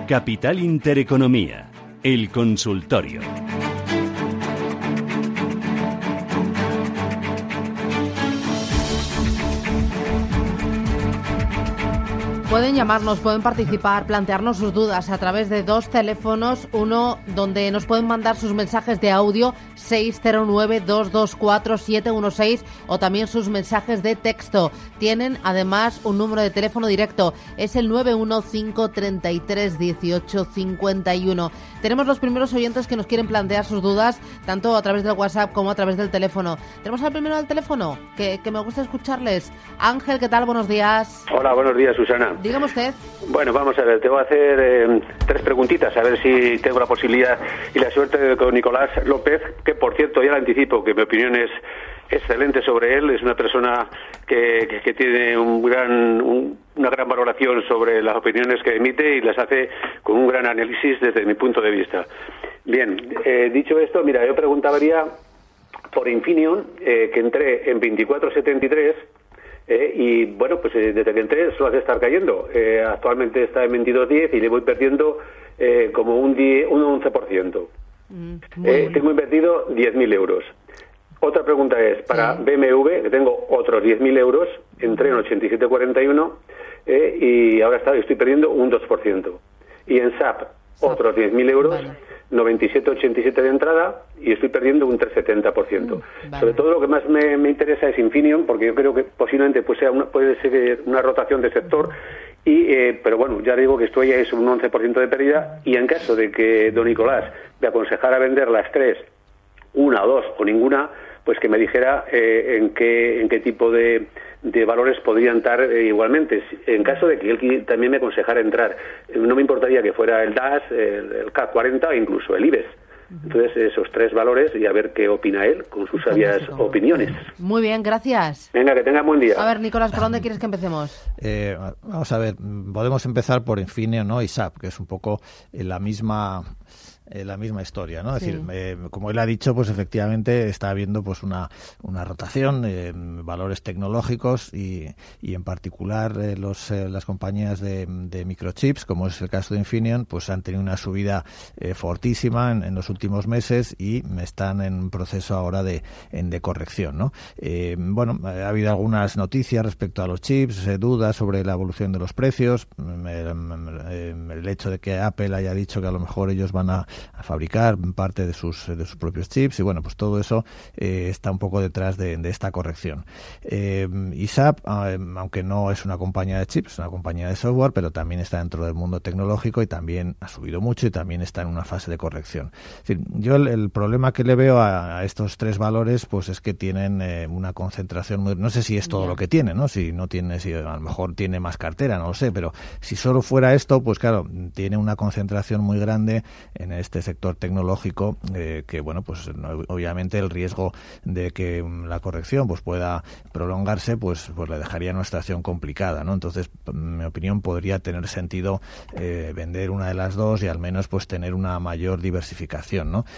Capital Intereconomía, el consultorio. Pueden llamarnos, pueden participar, plantearnos sus dudas a través de dos teléfonos, uno donde nos pueden mandar sus mensajes de audio 609-224-716 o también sus mensajes de texto. Tienen además un número de teléfono directo, es el 915331851. Tenemos los primeros oyentes que nos quieren plantear sus dudas tanto a través del WhatsApp como a través del teléfono. Tenemos al primero del teléfono, que me gusta escucharles. Ángel, ¿qué tal? Buenos días. Hola, buenos días, Susana. Dígame usted. Bueno, vamos a ver, te voy a hacer 3 preguntitas, a ver si tengo la posibilidad y la suerte con Nicolás López, que por cierto ya le anticipo que mi opinión es excelente sobre él. Es una persona que tiene una gran valoración sobre las opiniones que emite y las hace con un gran análisis desde mi punto de vista. Bien, dicho esto, mira, yo preguntaría por Infineon, que entré en 24.73. Y bueno, pues desde que entré solo hace estar cayendo. Actualmente está en 22.10 y le voy perdiendo como un 11%. Tengo invertido 10.000 euros. Otra pregunta es, para BMW, que tengo otros 10.000 euros, entré en 87.41 y ahora estoy perdiendo un 2%. Y en SAP, otros 10.000 euros, vale. 97,87 de entrada y estoy perdiendo un 3,70%. Vale. Sobre todo lo que más me interesa es Infineon, porque yo creo que posiblemente puede ser una rotación de sector, pero bueno, ya digo que esto ya es un 11% de pérdida, y en caso de que don Nicolás me aconsejara vender las 3, una o 2 o ninguna, pues que me dijera en qué tipo de valores podrían estar igualmente. En caso de que él también me aconsejara entrar, no me importaría que fuera el DAS, el CAC 40 o incluso el IBEX. Entonces, esos 3 valores y a ver qué opina él con sus sabias opiniones. Muy bien, gracias. Venga, que tenga buen día. A ver, Nicolás, ¿por dónde quieres que empecemos? Vamos a ver, podemos empezar por Infineon, ¿no? Y SAP, que es un poco la misma historia, ¿no? Es decir, como él ha dicho, pues efectivamente está habiendo pues una rotación de valores tecnológicos y en particular las compañías de microchips, como es el caso de Infineon, pues han tenido una subida fortísima en los últimos meses y están en un proceso ahora de corrección, ¿no? Bueno, ha habido algunas noticias respecto a los chips, dudas sobre la evolución de los precios, el hecho de que Apple haya dicho que a lo mejor ellos van a fabricar parte de sus propios chips, y bueno, pues todo eso está un poco detrás de esta corrección. Y SAP, aunque no es una compañía de chips, es una compañía de software, pero también está dentro del mundo tecnológico y también ha subido mucho y también está en una fase de corrección. Es decir, yo el problema que le veo a estos 3 valores, pues es que tienen una concentración muy, no sé si es todo lo que tiene, ¿no? Si no tiene, si a lo mejor tiene más cartera, no lo sé, pero si solo fuera esto, pues claro, tiene una concentración muy grande en este sector tecnológico, que bueno, pues obviamente el riesgo de que la corrección pues pueda prolongarse, pues le dejaría en una situación complicada, ¿no? Entonces, en mi opinión, podría tener sentido vender una de las dos y al menos pues tener una mayor diversificación, ¿no?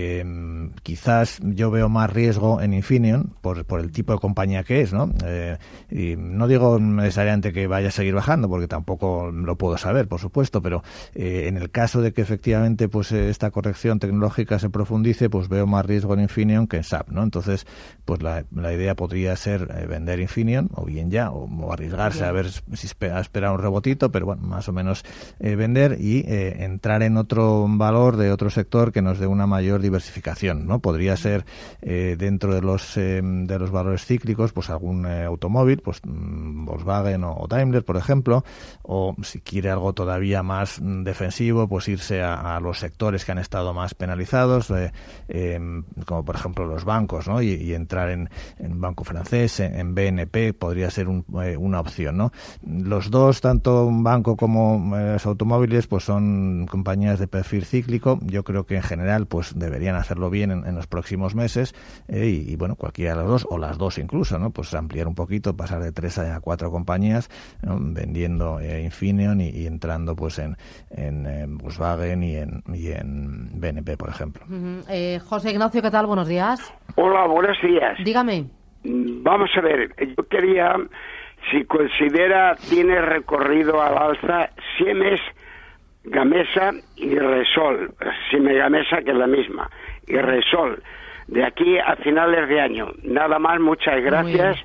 Quizás yo veo más riesgo en Infineon por el tipo de compañía que es, ¿no? Y no digo necesariamente que vaya a seguir bajando, porque tampoco lo puedo saber, por supuesto, pero en el caso de que efectivamente pues esta corrección tecnológica se profundice, pues veo más riesgo en Infineon que en SAP, ¿no? Entonces, pues la idea podría ser vender Infineon, o bien ya, o arriesgarse a ver si esperar un rebotito, pero bueno, más o menos vender y entrar en otro valor de otro sector que nos dé una mayor diversificación, ¿no? Podría ser dentro de los valores cíclicos, pues algún automóvil, pues Volkswagen o Daimler, por ejemplo, o si quiere algo todavía más defensivo, pues irse a los sectores que han estado más penalizados, como por ejemplo los bancos, ¿no? Y entrar en banco francés, en BNP, podría ser una opción, ¿no? Los dos, tanto un banco como los automóviles, pues son compañías de perfil cíclico. Yo creo que en general pues deberían hacerlo bien en los próximos meses, y bueno, cualquiera de las dos, o las dos incluso, ¿no? Pues ampliar un poquito, pasar de 3 a 4 compañías, ¿no? Vendiendo Infineon y entrando pues en Volkswagen y en BNP, por ejemplo. José Ignacio, ¿qué tal? Buenos días. Hola, buenos días. Dígame. Vamos a ver, yo quería, si considera tiene recorrido al alza Siemens Gamesa y Repsol. Siemens Gamesa, que es la misma, y Repsol. De aquí a finales de año. Nada más, muchas gracias.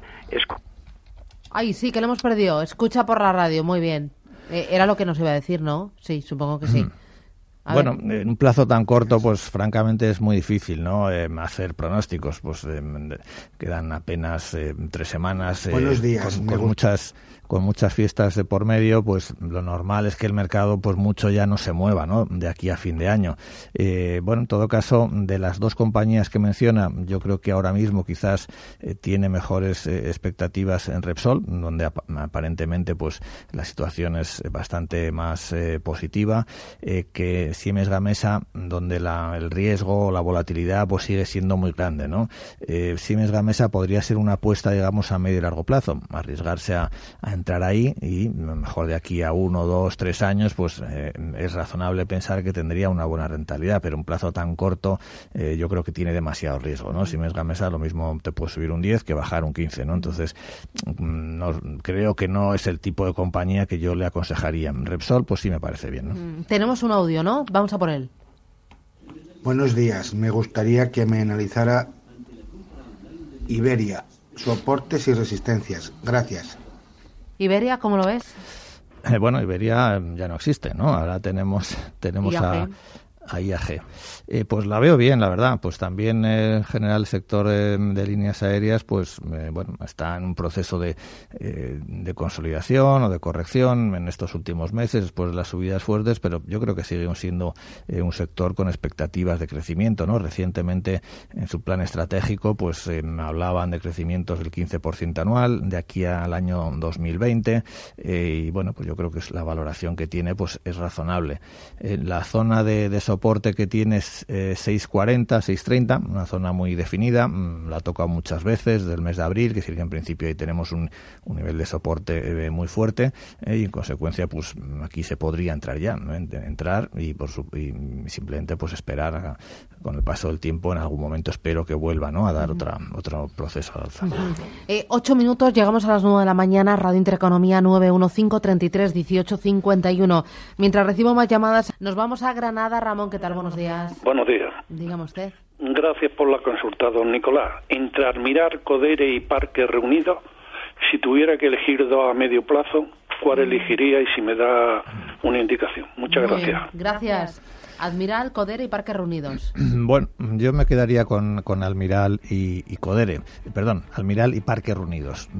Ay, sí, que lo hemos perdido. Escucha por la radio, muy bien. Era lo que nos iba a decir, ¿no? Sí, supongo que sí. Bueno, en un plazo tan corto, pues francamente es muy difícil, ¿no? Hacer pronósticos. Pues quedan apenas 3 semanas. Buenos días. Con muchas fiestas de por medio, pues lo normal es que el mercado pues mucho ya no se mueva, ¿no? De aquí a fin de año. Bueno, en todo caso, de las dos compañías que menciona, yo creo que ahora mismo quizás tiene mejores expectativas en Repsol, donde aparentemente pues la situación es bastante más positiva que Siemens Gamesa, donde el riesgo o la volatilidad pues sigue siendo muy grande, ¿no? Siemens Gamesa podría ser una apuesta, digamos, a medio y largo plazo, arriesgarse a entrar ahí y mejor de aquí a 1, 2, 3 años, pues es razonable pensar que tendría una buena rentabilidad, pero un plazo tan corto yo creo que tiene demasiado riesgo, ¿no? Siemens Gamesa lo mismo te puede subir un 10 que bajar un 15, ¿no? Entonces creo que no es el tipo de compañía que yo le aconsejaría. Repsol, pues sí me parece bien, ¿no? Tenemos un audio, ¿no? Vamos a por él. Buenos días. Me gustaría que me analizara Iberia, soportes y resistencias. Gracias. Iberia, ¿cómo lo ves? Bueno, Iberia ya no existe, ¿no? Ahora tenemos a IAG. Pues la veo bien, la verdad. Pues también en general el sector de líneas aéreas, pues bueno, está en un proceso de consolidación o de corrección en estos últimos meses después de las subidas fuertes, pero yo creo que sigue siendo un sector con expectativas de crecimiento, ¿no? Recientemente en su plan estratégico pues hablaban de crecimientos del 15% anual de aquí al año 2020 y bueno, pues yo creo que la valoración que tiene pues es razonable. La zona de soporte que tiene es 6.40, 6.30, una zona muy definida, la ha tocado muchas veces del mes de abril, que sí que en principio ahí tenemos un nivel de soporte muy fuerte y en consecuencia pues aquí se podría entrar ya, ¿no? Entrar y simplemente pues esperar con el paso del tiempo, en algún momento espero que vuelva, ¿no? A dar otro proceso al alza. 8 minutos, llegamos a las 9 de la mañana, Radio Intereconomía 915 33 18 51. Mientras recibo más llamadas, nos vamos a Granada. Ramón, ¿qué tal? Buenos días. Buenos días. Dígame usted. Gracias por la consulta, don Nicolás. Entre Almiral, Codere y Parque Reunidos, si tuviera que elegir dos a medio plazo, ¿cuál elegiría y si me da una indicación? Muchas gracias. Bien, gracias. Admiral, Codere y Parque Reunidos. Bueno, yo me quedaría con Almiral y Codere. Perdón, Almiral y Parque Reunidos.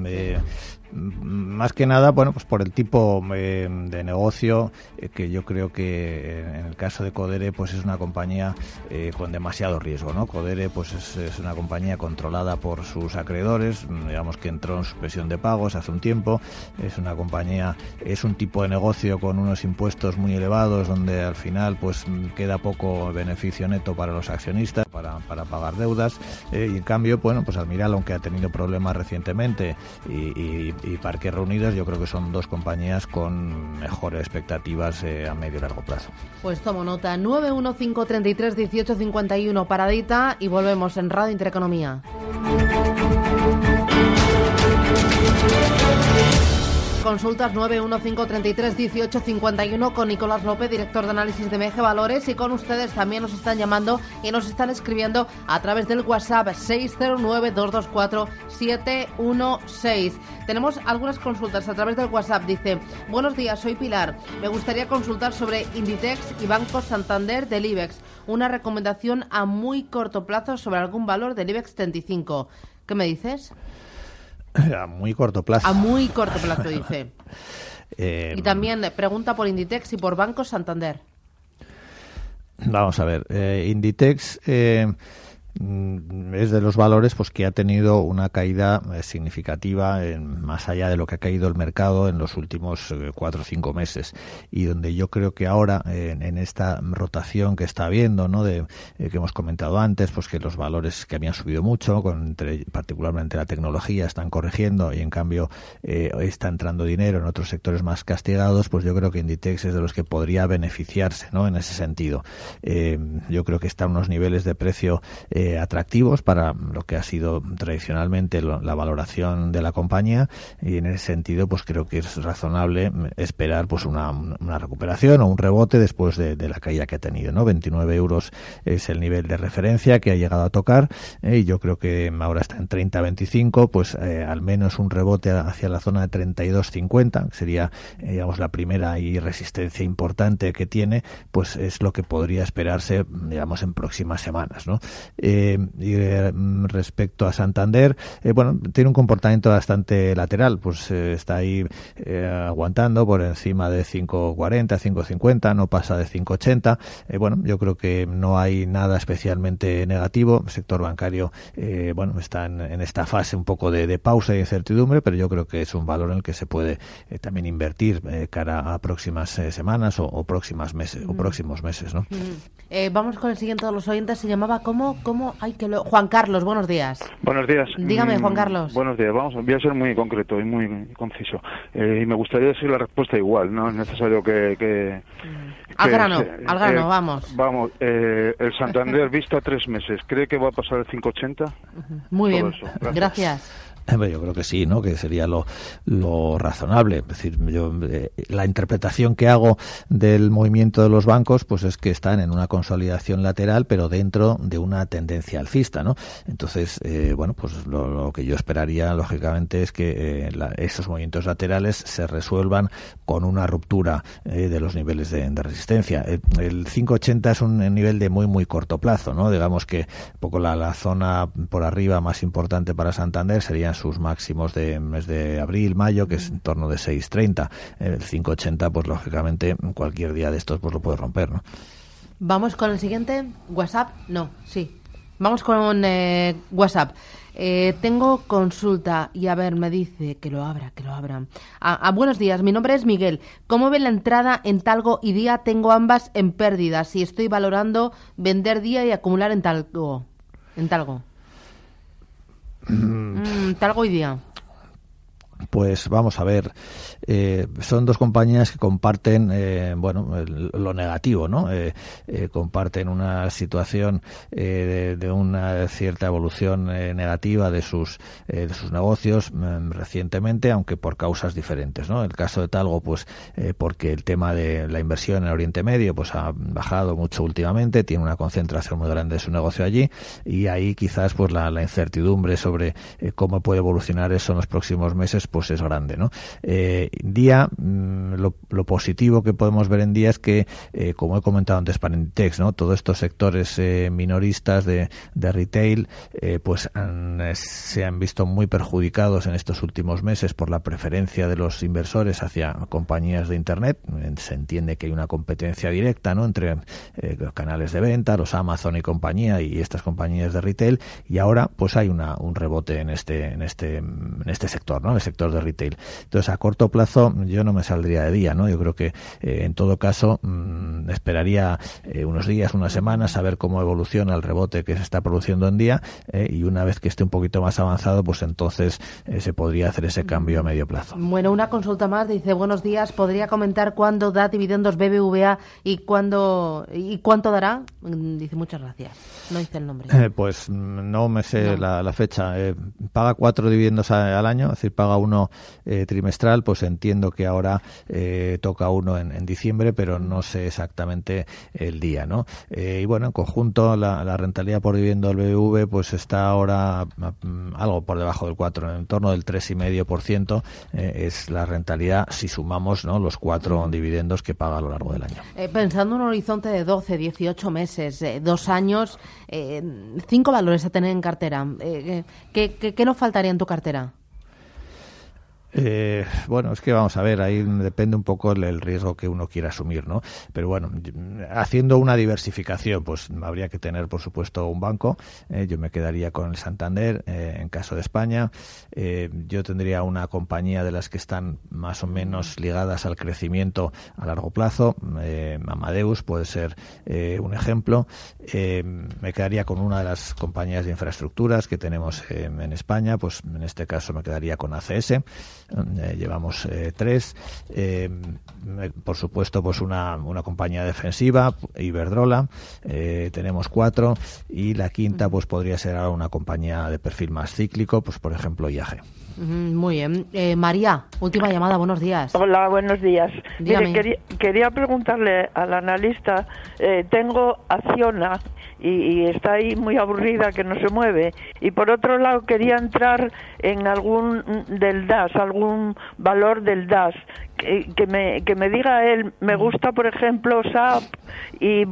Más que nada, bueno, pues por el tipo de negocio que yo creo que en el caso de Codere pues es una compañía con demasiado riesgo, ¿no? Codere pues es una compañía controlada por sus acreedores, digamos que entró en suspensión de pagos hace un tiempo, es una compañía, es un tipo de negocio con unos impuestos muy elevados donde al final pues queda poco beneficio neto para los accionistas para pagar deudas y en cambio, bueno, pues Almiral, aunque ha tenido problemas recientemente y Parque Reunidos, yo creo que son dos compañías con mejores expectativas a medio y largo plazo. Pues tomo nota. 915 33 18 51, paradita y volvemos en Radio Intereconomía. Consultas 915 33 18 51 con Nicolás López, director de análisis de MG Valores, y con ustedes también nos están llamando y nos están escribiendo a través del WhatsApp 609 224 716. Tenemos algunas consultas a través del WhatsApp. Dice: buenos días, soy Pilar. Me gustaría consultar sobre Inditex y Banco Santander del IBEX. Una recomendación a muy corto plazo sobre algún valor del IBEX 35. ¿Qué me dices? A muy corto plazo. A muy corto plazo, dice. Y también pregunta por Inditex y por Banco Santander. Vamos a ver. Inditex es de los valores pues que ha tenido una caída significativa más allá de lo que ha caído el mercado en los últimos 4 o 5 meses, y donde yo creo que ahora en esta rotación que está habiendo, ¿no? Que hemos comentado antes, pues que los valores que habían subido mucho, particularmente la tecnología, están corrigiendo y en cambio está entrando dinero en otros sectores más castigados, pues yo creo que Inditex es de los que podría beneficiarse, ¿no? En ese sentido. Yo creo que está a unos niveles de precio atractivos para lo que ha sido tradicionalmente la valoración de la compañía, y en ese sentido pues creo que es razonable esperar pues una recuperación o un rebote después de la caída que ha tenido, ¿no? 29 euros es el nivel de referencia que ha llegado a tocar, y yo creo que ahora está en 30,25, pues al menos un rebote hacia la zona de 32,50, que sería digamos la primera y resistencia importante que tiene, pues es lo que podría esperarse digamos en próximas semanas, ¿no? Y respecto a Santander, bueno, tiene un comportamiento bastante lateral, pues está ahí aguantando por encima de 5,40, 5,50, no pasa de 5,80. Bueno, yo creo que no hay nada especialmente negativo. El sector bancario, bueno, está en esta fase un poco de pausa y incertidumbre, pero yo creo que es un valor en el que se puede también invertir cara a próximas semanas o próximos meses, ¿no? Vamos con el siguiente de los oyentes. Se llamaba ¿cómo? Ay, Juan Carlos, buenos días. Buenos días. Dígame, Juan Carlos. Buenos días. Voy a ser muy concreto y muy conciso. Y me gustaría decir la respuesta igual, no es necesario que al grano, vamos. Vamos, el Santander visto a 3 meses, ¿cree que va a pasar el 5,80? Muy bien, gracias. Yo creo que sí, ¿no? Que sería lo razonable. Es decir, yo la interpretación que hago del movimiento de los bancos, pues es que están en una consolidación lateral, pero dentro de una tendencia alcista, ¿no? Entonces, bueno, pues lo que yo esperaría, lógicamente, es que esos movimientos laterales se resuelvan con una ruptura de los niveles de resistencia. El 5,80 es un nivel de muy corto plazo, ¿no? Digamos que un poco la zona por arriba más importante para Santander serían sus máximos de mes de abril, mayo, que es en torno de 6,30. El 5,80, pues lógicamente cualquier día de estos pues lo puede romper, ¿no? Vamos con el siguiente. WhatsApp, no, sí. Vamos con WhatsApp. Tengo consulta y a ver, me dice que lo abra. Buenos días, mi nombre es Miguel. ¿Cómo ve la entrada en Talgo y Día? Tengo ambas en pérdidas y estoy valorando vender Día y acumular en Talgo. Talgo y Día. Pues vamos a ver, son dos compañías que comparten, lo negativo, ¿no? Comparten una situación de una cierta evolución negativa de sus negocios recientemente, aunque por causas diferentes, ¿no? El caso de Talgo, pues porque el tema de la inversión en Oriente Medio pues ha bajado mucho últimamente, tiene una concentración muy grande de su negocio allí, y ahí quizás pues la incertidumbre sobre cómo puede evolucionar eso en los próximos meses pues es grande, ¿no? Día, lo positivo que podemos ver en Día es que, como he comentado antes para Inditex, ¿no? Todos estos sectores minoristas de retail, pues se han visto muy perjudicados en estos últimos meses por la preferencia de los inversores hacia compañías de Internet. Se entiende que hay una competencia directa, ¿no? Entre los canales de venta, los Amazon y compañía, y estas compañías de retail, y ahora pues hay un rebote en este sector, ¿no? El sector de retail. Entonces, a corto plazo yo no me saldría de Día, ¿no? Yo creo que en todo caso esperaría unos días, unas semanas, a ver cómo evoluciona el rebote que se está produciendo en Día, y una vez que esté un poquito más avanzado, pues entonces se podría hacer ese cambio a medio plazo. Bueno, una consulta más, dice: buenos días, ¿podría comentar cuándo da dividendos BBVA y cuánto dará? Dice: muchas gracias. No dice el nombre. Pues no me sé la fecha. Paga 4 dividendos al año, es decir, paga uno trimestral, pues entiendo que ahora toca uno en diciembre, pero no sé exactamente el día, ¿no? Y bueno, en conjunto la rentabilidad por dividendo del BBV pues está ahora algo por debajo del 4, en torno del 3,5%, es la rentabilidad si sumamos, ¿no?, los 4 dividendos que paga a lo largo del año. Pensando en un horizonte de 12, 18 meses, 2 años, 5 valores a tener en cartera, ¿qué nos faltaría en tu cartera? Bueno, es que vamos a ver, ahí depende un poco el riesgo que uno quiera asumir, ¿no? Pero bueno, haciendo una diversificación, pues habría que tener, por supuesto, un banco. Yo me quedaría con el Santander, en caso de España. Yo tendría una compañía de las que están más o menos ligadas al crecimiento a largo plazo. Amadeus puede ser un ejemplo. Me quedaría con una de las compañías de infraestructuras que tenemos en España, pues en este caso me quedaría con ACS. Llevamos 3. por supuesto, pues una compañía defensiva, Iberdrola, tenemos 4, y la quinta pues podría ser ahora una compañía de perfil más cíclico, pues por ejemplo IAG. Muy bien. María, última llamada, buenos días. Hola, buenos días. Dígame. Mire, quería preguntarle al analista, tengo Acciona y está ahí muy aburrida, que no se mueve, y por otro lado quería entrar en algún del DAS, algún valor del DAS, que me diga él, me gusta por ejemplo SAP y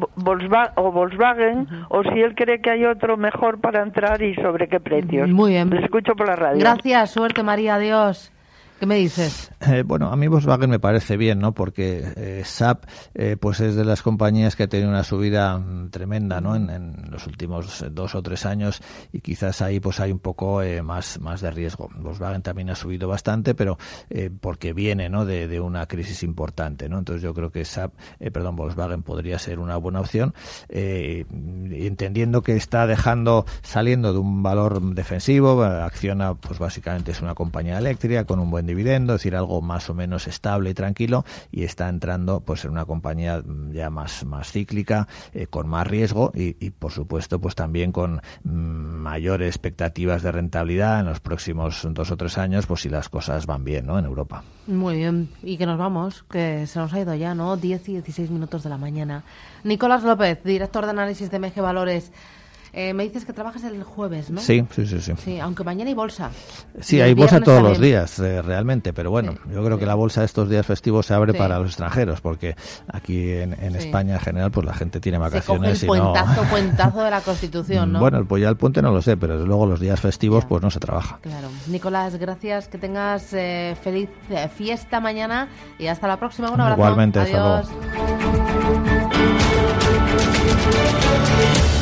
Volkswagen, o si él cree que hay otro mejor para entrar y sobre qué precios. Muy bien. Le escucho por la radio. Gracias, suerte María, adiós. ¿Qué me dices? Bueno, a mí Volkswagen me parece bien, ¿no? Porque SAP pues es de las compañías que ha tenido una subida tremenda, ¿no? En los últimos 2 o 3 años, y quizás ahí pues hay un poco más de riesgo. Volkswagen también ha subido bastante, pero porque viene, ¿no? de una crisis importante, ¿no? Entonces yo creo que Volkswagen podría ser una buena opción, entendiendo que está saliendo de un valor defensivo. Acciona pues básicamente es una compañía eléctrica con un buen dividendo, es decir, algo más o menos estable y tranquilo, y está entrando pues en una compañía ya más cíclica, con más riesgo y por supuesto pues también con mayores expectativas de rentabilidad en los próximos 2 o 3 años, pues si las cosas van bien, ¿no? En Europa. Muy bien, y que nos vamos, que se nos ha ido ya, ¿no? 10 y 16 minutos de la mañana. Nicolás López, director de análisis de MG Valores. Me dices que trabajas el jueves, ¿no? Sí. Sí, aunque mañana hay bolsa. Sí, hay bolsa todos los días, realmente, pero bueno, yo creo que la bolsa estos días festivos se abre para los extranjeros, porque aquí en España en general pues la gente tiene vacaciones. Se coge el puentazo de la Constitución, ¿no? Bueno, ya el puente no lo sé, pero desde luego los días festivos pues no se trabaja. Claro. Nicolás, gracias, que tengas feliz fiesta mañana y hasta la próxima. Un abrazo. Igualmente, adiós. hasta luego.